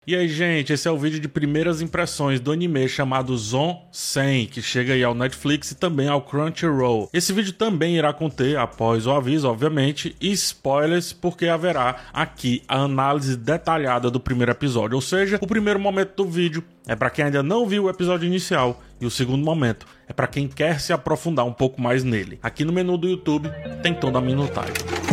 E aí, gente, esse é o vídeo de primeiras impressões do anime chamado Zoun-sen, que chega aí ao Netflix e também ao Crunchyroll. Esse vídeo também irá conter, após o aviso, obviamente, spoilers, porque haverá aqui a análise detalhada do primeiro episódio, ou seja, o primeiro momento do vídeo é para quem ainda não viu o episódio inicial e o segundo momento é para quem quer se aprofundar um pouco mais nele. Aqui no menu do YouTube tem toda a minutagem.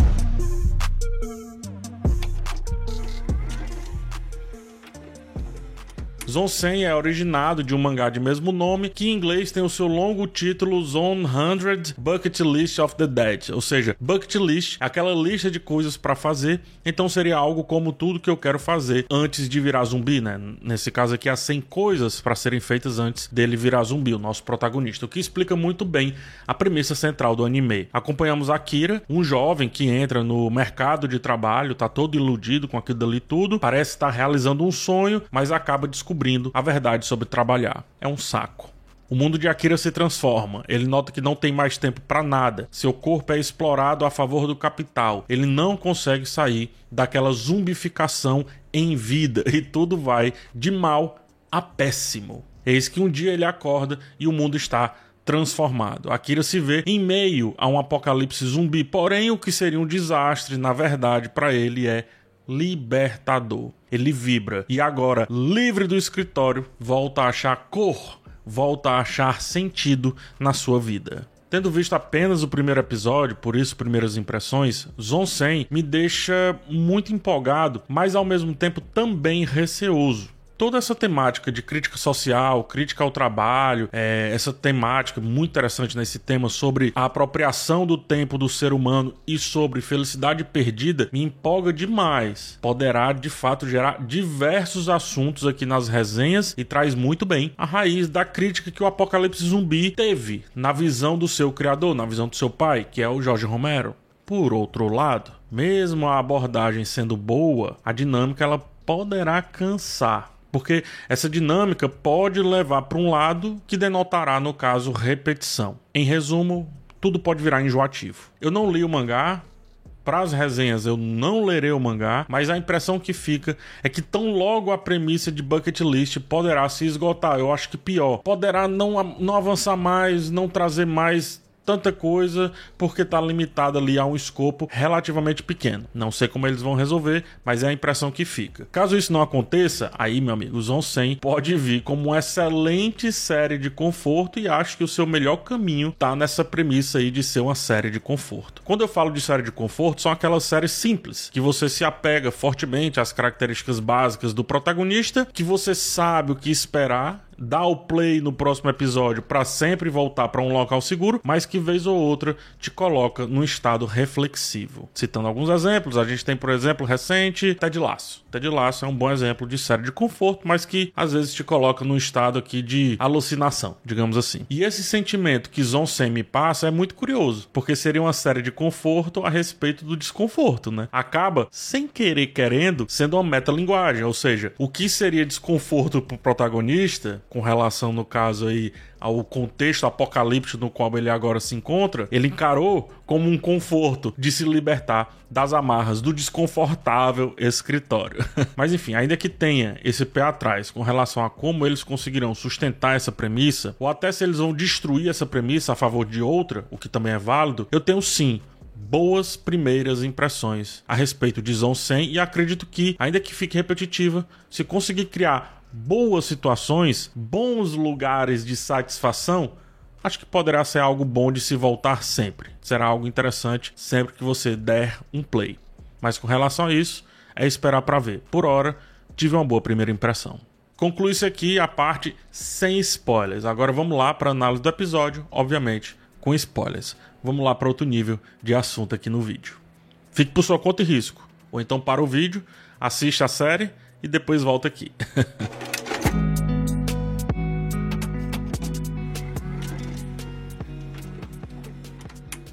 Zoun-sen é originado de um mangá de mesmo nome, que em inglês tem o seu longo título Zoun-100 Bucket List of the Dead, ou seja, bucket list, aquela lista de coisas pra fazer, então seria algo como tudo que eu quero fazer antes de virar zumbi, né? Nesse caso aqui, há 100 coisas pra serem feitas antes dele virar zumbi, o nosso protagonista, o que explica muito bem a premissa central do anime. Acompanhamos Akira, um jovem que entra no mercado de trabalho, tá todo iludido com aquilo dali tudo, parece estar realizando um sonho, mas acaba descobrindo a verdade sobre trabalhar. É um saco. O mundo de Akira se transforma. Ele nota que não tem mais tempo para nada. Seu corpo é explorado a favor do capital. Ele não consegue sair daquela zumbificação em vida e tudo vai de mal a péssimo. Eis que um dia ele acorda e o mundo está transformado. Akira se vê em meio a um apocalipse zumbi, porém o que seria um desastre, na verdade, para ele é libertador. Ele vibra e agora, livre do escritório, volta a achar cor, volta a achar sentido na sua vida. Tendo visto apenas o primeiro episódio, por isso primeiras impressões, Zoun-sen me deixa muito empolgado, mas ao mesmo tempo também receoso. Toda essa temática de crítica social, crítica ao trabalho, essa temática muito interessante nesse tema sobre a apropriação do tempo do ser humano e sobre felicidade perdida, me empolga demais. Poderá, de fato, gerar diversos assuntos aqui nas resenhas e traz muito bem a raiz da crítica que o Apocalipse Zumbi teve na visão do seu criador, na visão do seu pai, que é o Jorge Romero. Por outro lado, mesmo a abordagem sendo boa, a dinâmica ela poderá cansar. Porque essa dinâmica pode levar para um lado que denotará, no caso, repetição. Em resumo, tudo pode virar enjoativo. Eu não li o mangá, para as resenhas eu não lerei o mangá, mas a impressão que fica é que tão logo a premissa de bucket list poderá se esgotar. Eu acho que pior, poderá não avançar mais, não trazer mais tanta coisa, porque está limitado ali a um escopo relativamente pequeno. Não sei como eles vão resolver, mas é a impressão que fica. Caso isso não aconteça, aí, meu amigo, Zoun-sen pode vir como uma excelente série de conforto e acho que o seu melhor caminho tá nessa premissa aí de ser uma série de conforto. Quando eu falo de série de conforto, são aquelas séries simples, que você se apega fortemente às características básicas do protagonista, que você sabe o que esperar, dá o play no próximo episódio para sempre voltar para um local seguro, mas que vez ou outra te coloca num estado reflexivo. Citando alguns exemplos, a gente tem, por exemplo, recente, Ted Lasso. Ted Lasso é um bom exemplo de série de conforto, mas que às vezes te coloca num estado aqui de alucinação, digamos assim. E esse sentimento que Zoun-sen me passa é muito curioso, porque seria uma série de conforto a respeito do desconforto, né? Acaba, sem querer querendo, sendo uma metalinguagem, ou seja, o que seria desconforto pro protagonista, com relação, no caso aí, ao contexto apocalíptico no qual ele agora se encontra, ele encarou como um conforto de se libertar das amarras do desconfortável escritório. Mas enfim, ainda que tenha esse pé atrás com relação a como eles conseguirão sustentar essa premissa, ou até se eles vão destruir essa premissa a favor de outra, o que também é válido, eu tenho sim boas primeiras impressões a respeito de Zoun-sen e acredito que, ainda que fique repetitiva, se conseguir criar boas situações, bons lugares de satisfação, acho que poderá ser algo bom de se voltar sempre. Será algo interessante sempre que você der um play. Mas com relação a isso, é esperar para ver. Por hora, tive uma boa primeira impressão. Conclui-se aqui a parte sem spoilers. Agora vamos lá para a análise do episódio, obviamente com spoilers. Vamos lá para outro nível de assunto aqui no vídeo. Fique por sua conta e risco. Ou então para o vídeo, assista a série e depois volta aqui.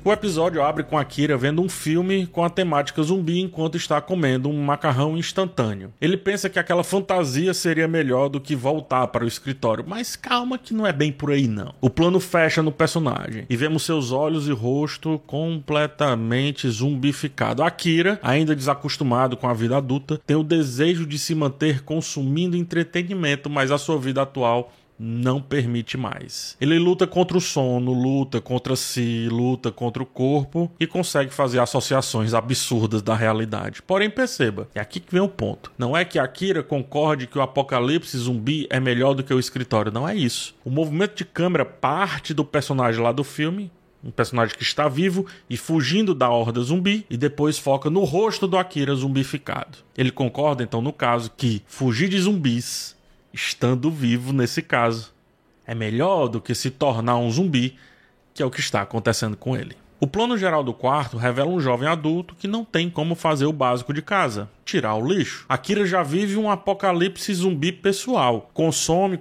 O episódio abre com Akira vendo um filme com a temática zumbi enquanto está comendo um macarrão instantâneo. Ele pensa que aquela fantasia seria melhor do que voltar para o escritório, mas calma que não é bem por aí não. O plano fecha no personagem e vemos seus olhos e rosto completamente zumbificado. Akira, ainda desacostumado com a vida adulta, tem o desejo de se manter consumindo entretenimento, mas a sua vida atual não permite mais. Ele luta contra o sono, luta contra si, luta contra o corpo e consegue fazer associações absurdas da realidade. Porém, perceba, é aqui que vem o ponto. Não é que Akira concorde que o apocalipse zumbi é melhor do que o escritório, não é isso. O movimento de câmera parte do personagem lá do filme, um personagem que está vivo e fugindo da horda zumbi, e depois foca no rosto do Akira zumbificado. Ele concorda, então, no caso, que fugir de zumbis estando vivo, nesse caso, é melhor do que se tornar um zumbi, que é o que está acontecendo com ele. O plano geral do quarto revela um jovem adulto que não tem como fazer o básico de casa: tirar o lixo. Akira já vive um apocalipse zumbi pessoal. Consome,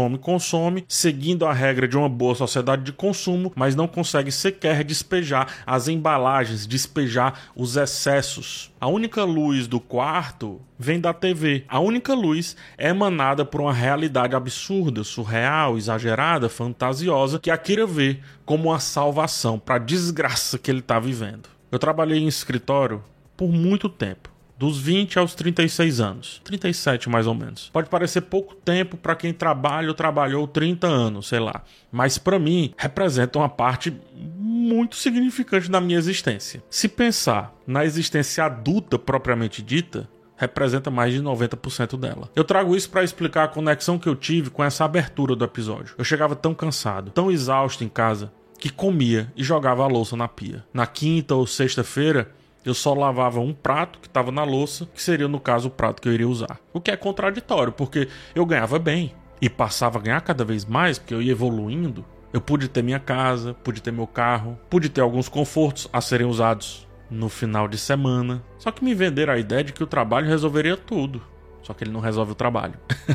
seguindo a regra de uma boa sociedade de consumo, mas não consegue sequer despejar as embalagens, despejar os excessos. A única luz do quarto vem da TV. A única luz é emanada por uma realidade absurda, surreal, exagerada, fantasiosa, que Akira vê como uma salvação para a desgraça que ele está vivendo. Eu trabalhei em escritório por muito tempo. Dos 20 aos 36 anos. 37 mais ou menos. Pode parecer pouco tempo para quem trabalha ou trabalhou 30 anos, sei lá. Mas para mim, representa uma parte muito significante da minha existência. Se pensar na existência adulta propriamente dita, representa mais de 90% dela. Eu trago isso para explicar a conexão que eu tive com essa abertura do episódio. Eu chegava tão cansado, tão exausto em casa, que comia e jogava a louça na pia. Na quinta ou sexta-feira, eu só lavava um prato que estava na louça, que seria, no caso, o prato que eu iria usar. O que é contraditório, porque eu ganhava bem e passava a ganhar cada vez mais, porque eu ia evoluindo. Eu pude ter minha casa, pude ter meu carro, pude ter alguns confortos a serem usados no final de semana. Só que me venderam a ideia de que o trabalho resolveria tudo. Só que ele não resolve o trabalho.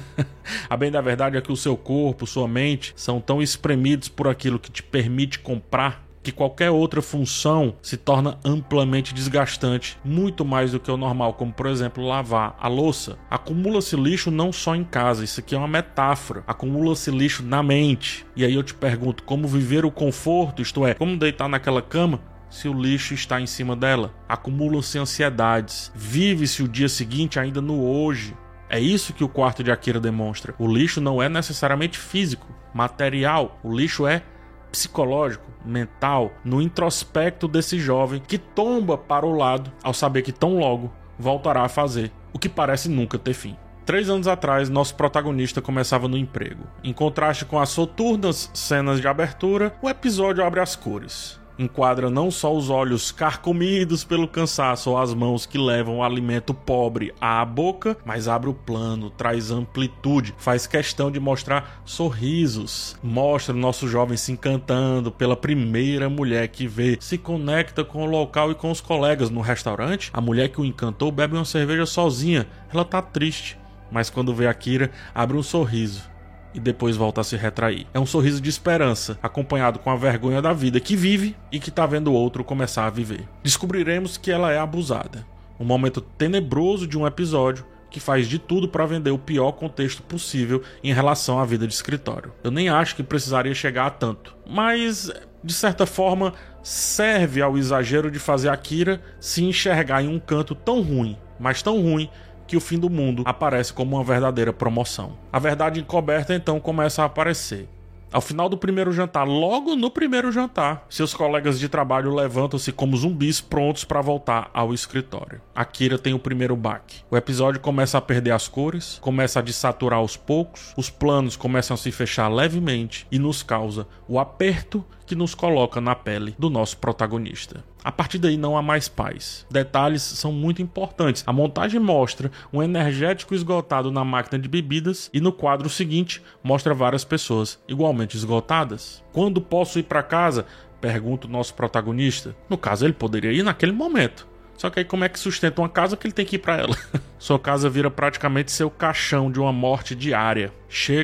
A bem da verdade é que o seu corpo, sua mente, são tão espremidos por aquilo que te permite comprar, que qualquer outra função se torna amplamente desgastante, muito mais do que o normal, como por exemplo lavar a louça. Acumula-se lixo não só em casa, isso aqui é uma metáfora. Acumula-se lixo na mente. E aí eu te pergunto, como viver o conforto, isto é, como deitar naquela cama se o lixo está em cima dela? Acumulam-se ansiedades, vive-se o dia seguinte ainda no hoje. É isso que o quarto de Akira demonstra. O lixo não é necessariamente físico, material, o lixo é psicológico, mental, no introspecto desse jovem que tomba para o lado ao saber que tão logo voltará a fazer o que parece nunca ter fim. 3 anos atrás, nosso protagonista começava no emprego. Em contraste com as soturnas cenas de abertura, o episódio abre as cores. Enquadra não só os olhos carcomidos pelo cansaço ou as mãos que levam o alimento pobre à boca, mas abre o plano, traz amplitude, faz questão de mostrar sorrisos, mostra o nosso jovem se encantando pela primeira mulher que vê, se conecta com o local e com os colegas no restaurante. A mulher que o encantou bebe uma cerveja sozinha, ela tá triste, mas quando vê Akira, abre um sorriso e depois volta a se retrair. É um sorriso de esperança, acompanhado com a vergonha da vida que vive e que tá vendo o outro começar a viver. Descobriremos que ela é abusada. Um momento tenebroso de um episódio que faz de tudo para vender o pior contexto possível em relação à vida de escritório. Eu nem acho que precisaria chegar a tanto, mas de certa forma serve ao exagero de fazer Akira se enxergar em um canto tão ruim, mas tão ruim, que o fim do mundo aparece como uma verdadeira promoção. A verdade encoberta então começa a aparecer. Ao final do primeiro jantar, logo no primeiro jantar, seus colegas de trabalho levantam-se como zumbis prontos para voltar ao escritório. Akira tem o primeiro baque. O episódio começa a perder as cores, começa a desaturar aos poucos, os planos começam a se fechar levemente e nos causa o aperto que nos coloca na pele do nosso protagonista. A partir daí não há mais paz. Detalhes são muito importantes. A montagem mostra um energético esgotado na máquina de bebidas e no quadro seguinte mostra várias pessoas igualmente esgotadas. Quando posso ir para casa? Pergunta o nosso protagonista. No caso, ele poderia ir naquele momento. Só que aí como é que sustenta uma casa que ele tem que ir para ela? Sua casa vira praticamente seu caixão de uma morte diária. Chega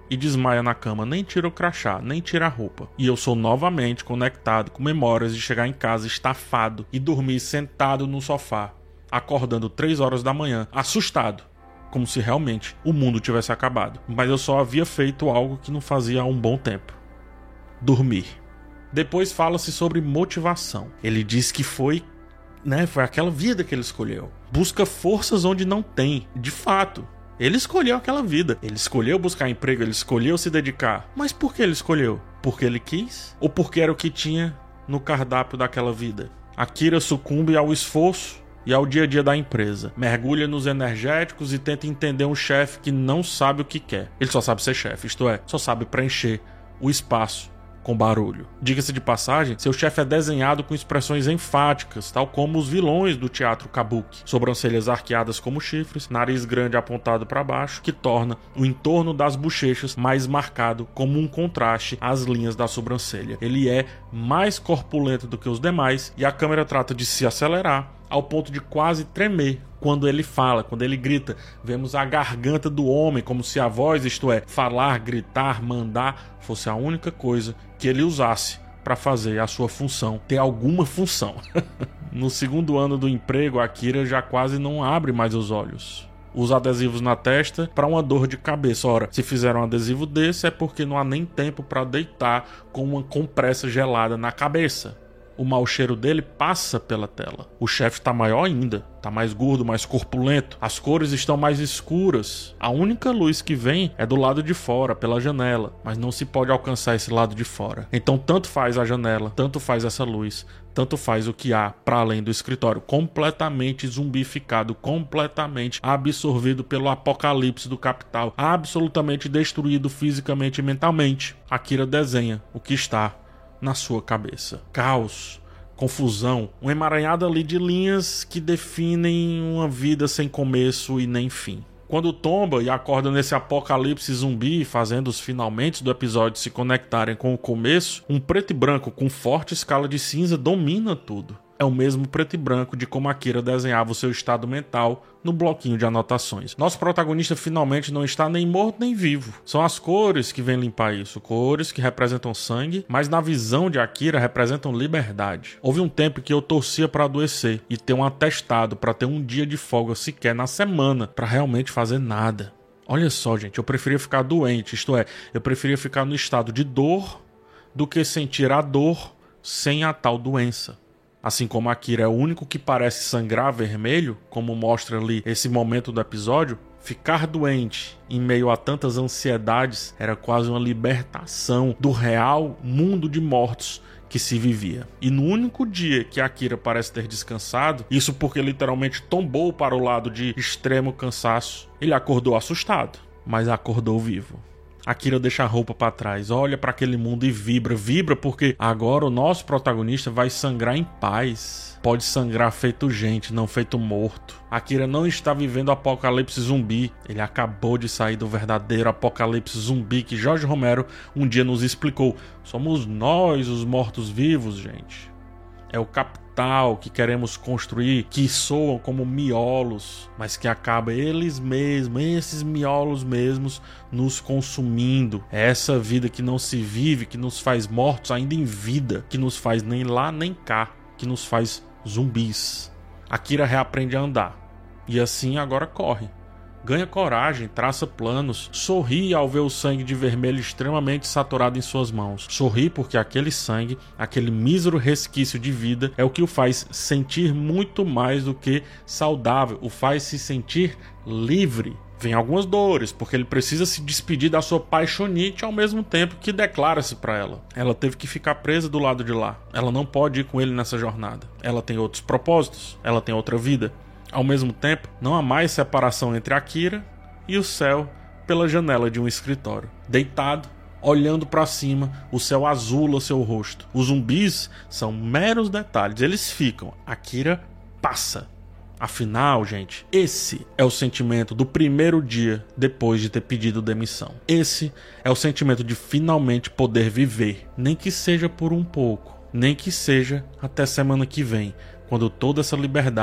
e desmaia na cama, nem tira o crachá, nem tira a roupa. E eu sou novamente conectado com memórias de chegar em casa estafado e dormir sentado no sofá, acordando 3 horas da manhã, assustado, como se realmente o mundo tivesse acabado. Mas eu só havia feito algo que não fazia há um bom tempo: dormir. Depois fala-se sobre motivação. Ele diz que foi aquela vida que ele escolheu. Busca forças onde não tem. De fato, ele escolheu aquela vida. Ele escolheu buscar emprego, ele escolheu se dedicar. Mas por que ele escolheu? Porque ele quis? Ou porque era o que tinha no cardápio daquela vida? Akira sucumbe ao esforço e ao dia a dia da empresa. Mergulha nos energéticos e tenta entender um chefe que não sabe o que quer. Ele só sabe ser chefe, isto é, só sabe preencher o espaço com barulho. Diga-se de passagem, seu chefe é desenhado com expressões enfáticas, tal como os vilões do teatro kabuki. Sobrancelhas arqueadas como chifres, nariz grande apontado para baixo, que torna o entorno das bochechas mais marcado como um contraste às linhas da sobrancelha. Ele é mais corpulento do que os demais e a câmera trata de se acelerar ao ponto de quase tremer quando ele fala, quando ele grita. Vemos a garganta do homem, como se a voz, isto é, falar, gritar, mandar, fosse a única coisa que ele usasse para fazer a sua função, ter alguma função. No segundo ano do emprego, Akira já quase não abre mais os olhos. Usa adesivos na testa para uma dor de cabeça. Ora, se fizeram um adesivo desse é porque não há nem tempo para deitar com uma compressa gelada na cabeça. O mau cheiro dele passa pela tela. O chefe tá maior ainda, tá mais gordo, mais corpulento. As cores estão mais escuras. A única luz que vem é do lado de fora, pela janela, mas não se pode alcançar esse lado de fora. Então tanto faz a janela, tanto faz essa luz, tanto faz o que há para além do escritório. Completamente zumbificado, completamente absorvido pelo apocalipse do capital, absolutamente destruído fisicamente e mentalmente. Akira desenha o que está na sua cabeça. Caos, confusão, um emaranhado ali de linhas que definem uma vida sem começo e nem fim. Quando tomba e acorda nesse apocalipse zumbi, fazendo os finalmente do episódio se conectarem com o começo, um preto e branco com forte escala de cinza domina tudo. É o mesmo preto e branco de como Akira desenhava o seu estado mental no bloquinho de anotações. Nosso protagonista finalmente não está nem morto nem vivo. São as cores que vêm limpar isso. Cores que representam sangue, mas na visão de Akira representam liberdade. Houve um tempo que eu torcia para adoecer e ter um atestado para ter um dia de folga sequer na semana para realmente fazer nada. Olha só, gente, eu preferia ficar doente, isto é, eu preferia ficar no estado de dor do que sentir a dor sem a tal doença. Assim como Akira é o único que parece sangrar vermelho, como mostra ali esse momento do episódio, ficar doente em meio a tantas ansiedades era quase uma libertação do real mundo de mortos que se vivia. E no único dia que Akira parece ter descansado, isso porque literalmente tombou para o lado de extremo cansaço, ele acordou assustado, mas acordou vivo. Akira deixa a roupa para trás, olha para aquele mundo e vibra porque agora o nosso protagonista vai sangrar em paz. Pode sangrar feito gente, não feito morto. Akira não está vivendo o apocalipse zumbi, ele acabou de sair do verdadeiro apocalipse zumbi que Jorge Romero um dia nos explicou. Somos nós os mortos-vivos, gente. É o capital que queremos construir, que soam como miolos, mas que acaba eles mesmos, esses miolos mesmos, nos consumindo. É essa vida que não se vive, que nos faz mortos ainda em vida, que nos faz nem lá nem cá, que nos faz zumbis. Akira reaprende a andar, e assim agora corre. Ganha coragem, traça planos, sorri ao ver o sangue de vermelho extremamente saturado em suas mãos. Sorri porque aquele sangue, aquele mísero resquício de vida é o que o faz sentir muito mais do que saudável, o faz se sentir livre. Vem algumas dores, porque ele precisa se despedir da sua paixonite ao mesmo tempo que declara-se para ela. Ela teve que ficar presa do lado de lá. Ela não pode ir com ele nessa jornada. Ela tem outros propósitos, ela tem outra vida. Ao mesmo tempo, não há mais separação entre Akira e o céu pela janela de um escritório. Deitado, olhando para cima, o céu azula seu rosto. Os zumbis são meros detalhes, eles ficam. Akira passa. Afinal, gente, esse é o sentimento do primeiro dia depois de ter pedido demissão. Esse é o sentimento de finalmente poder viver, nem que seja por um pouco, nem que seja até semana que vem, quando toda essa liberdade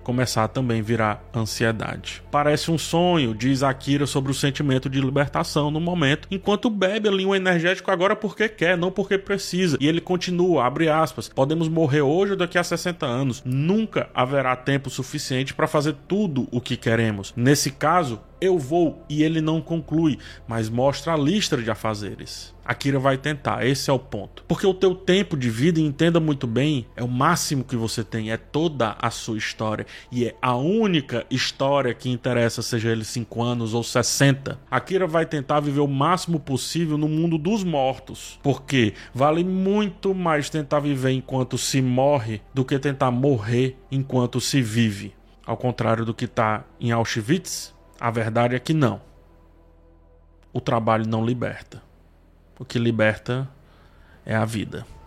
começar a também virar ansiedade. Parece um sonho, diz Akira sobre o sentimento de libertação no momento, enquanto bebe ali um energético agora porque quer, não porque precisa. E ele continua, abre aspas, podemos morrer hoje ou daqui a 60 anos. Nunca haverá tempo suficiente para fazer tudo o que queremos. Nesse caso, eu vou, e ele não conclui, mas mostra a lista de afazeres. Akira vai tentar, esse é o ponto. Porque o teu tempo de vida, e entenda muito bem, é o máximo que você tem, é toda a sua história. E é a única história que interessa, seja ele 5 anos ou 60. Akira vai tentar viver o máximo possível no mundo dos mortos. Porque vale muito mais tentar viver enquanto se morre do que tentar morrer enquanto se vive. Ao contrário do que está em Auschwitz, a verdade é que não. O trabalho não liberta. O que liberta é a vida.